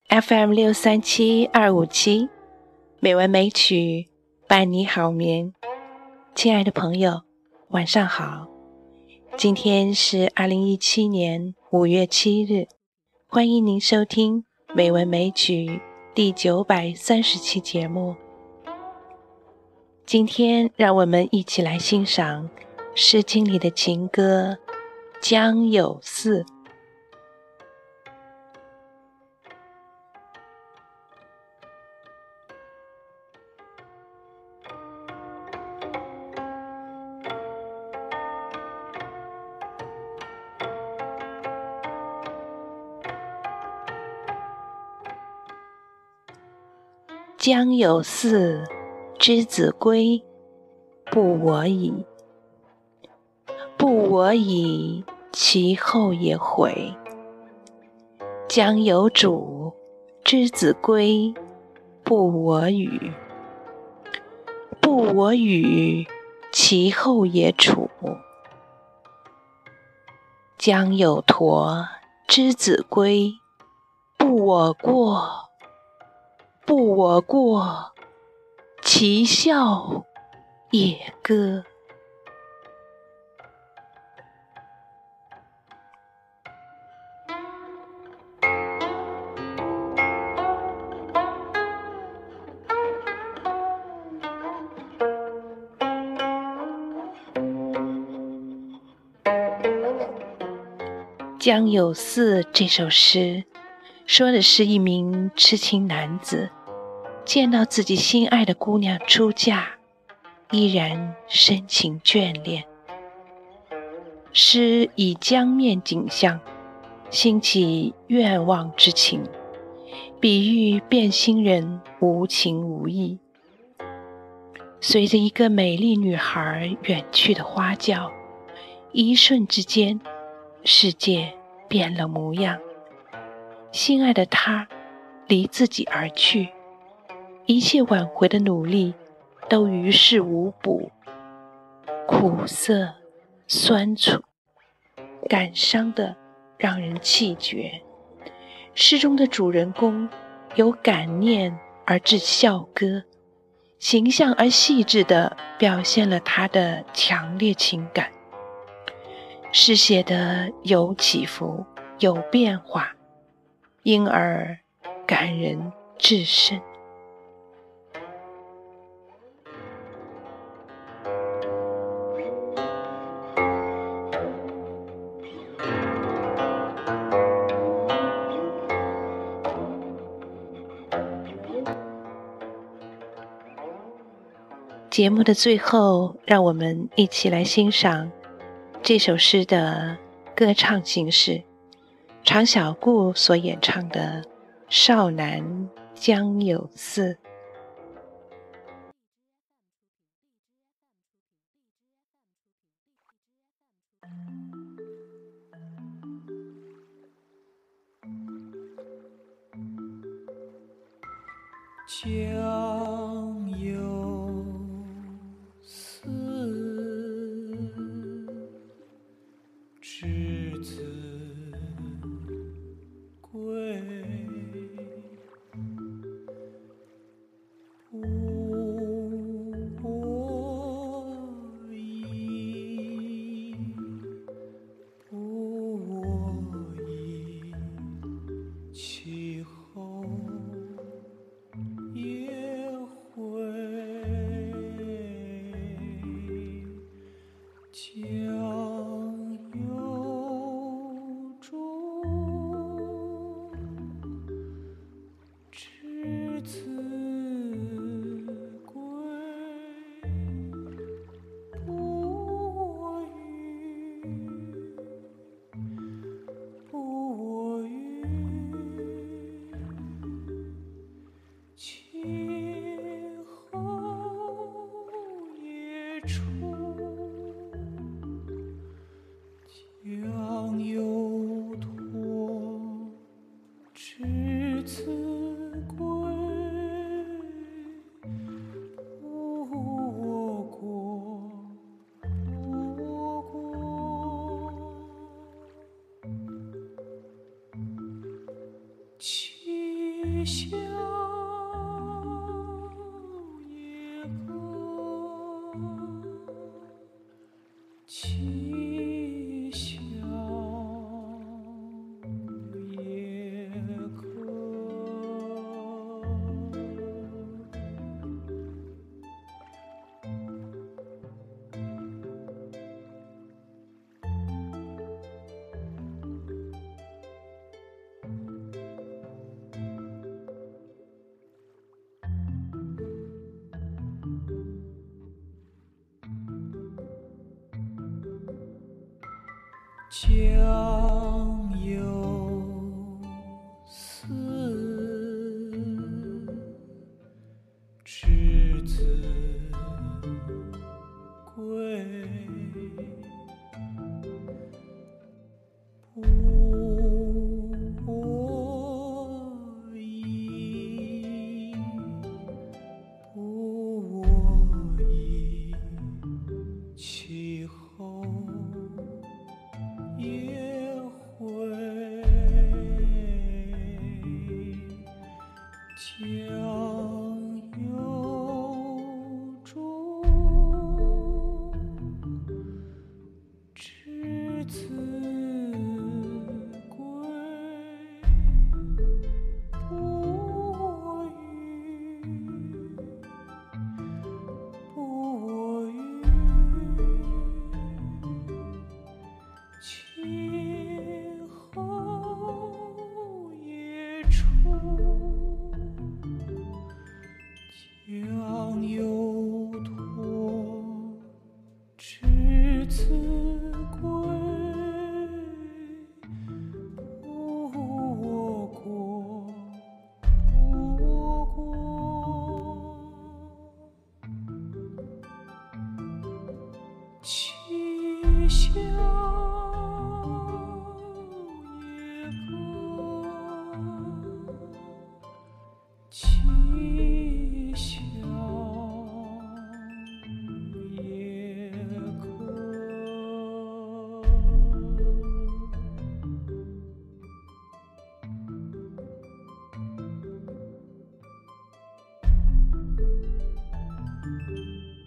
FM637257，美文美曲伴你好眠。亲爱的朋友，晚上好。今天是2017年5月7日，欢迎您收听美文美曲第930期节目。今天让我们一起来欣赏《诗经》里的情歌《江有四》。江有四，之子归，不我矣。不我矣，其后也悔。江有主，之子归，不我与。不我与，其后也处。江有驮，之子归，不我过。不我过，其笑也歌。江有四这首诗说的是一名痴情男子见到自己心爱的姑娘出嫁，依然深情眷恋。诗以江面景象兴起愿望之情，比喻变心人无情无义。随着一个美丽女孩远去的花轿，一瞬之间世界变了模样，心爱的他离自己而去，一切挽回的努力都于事无补，苦涩酸楚，感伤的让人气绝。诗中的主人公由感念而至笑歌，形象而细致地表现了他的强烈情感。诗写得有起伏有变化，因而感人至深。节目的最后，让我们一起来欣赏这首诗的歌唱形式，常小顾所演唱的《少南江有四》。 江有四，之子归，不我矣。不我矣，其后也悔。江有主，之子归，不我与。不我与，其后也处。江有驮，之子归，不我过。不我过，其小野歌，七小野歌。江有四之子归，不疑，不疑，其后也会将有种之子归，不语，不语。其后也出，将有托之子归，不我过，不我过。七小野歌，七小野歌。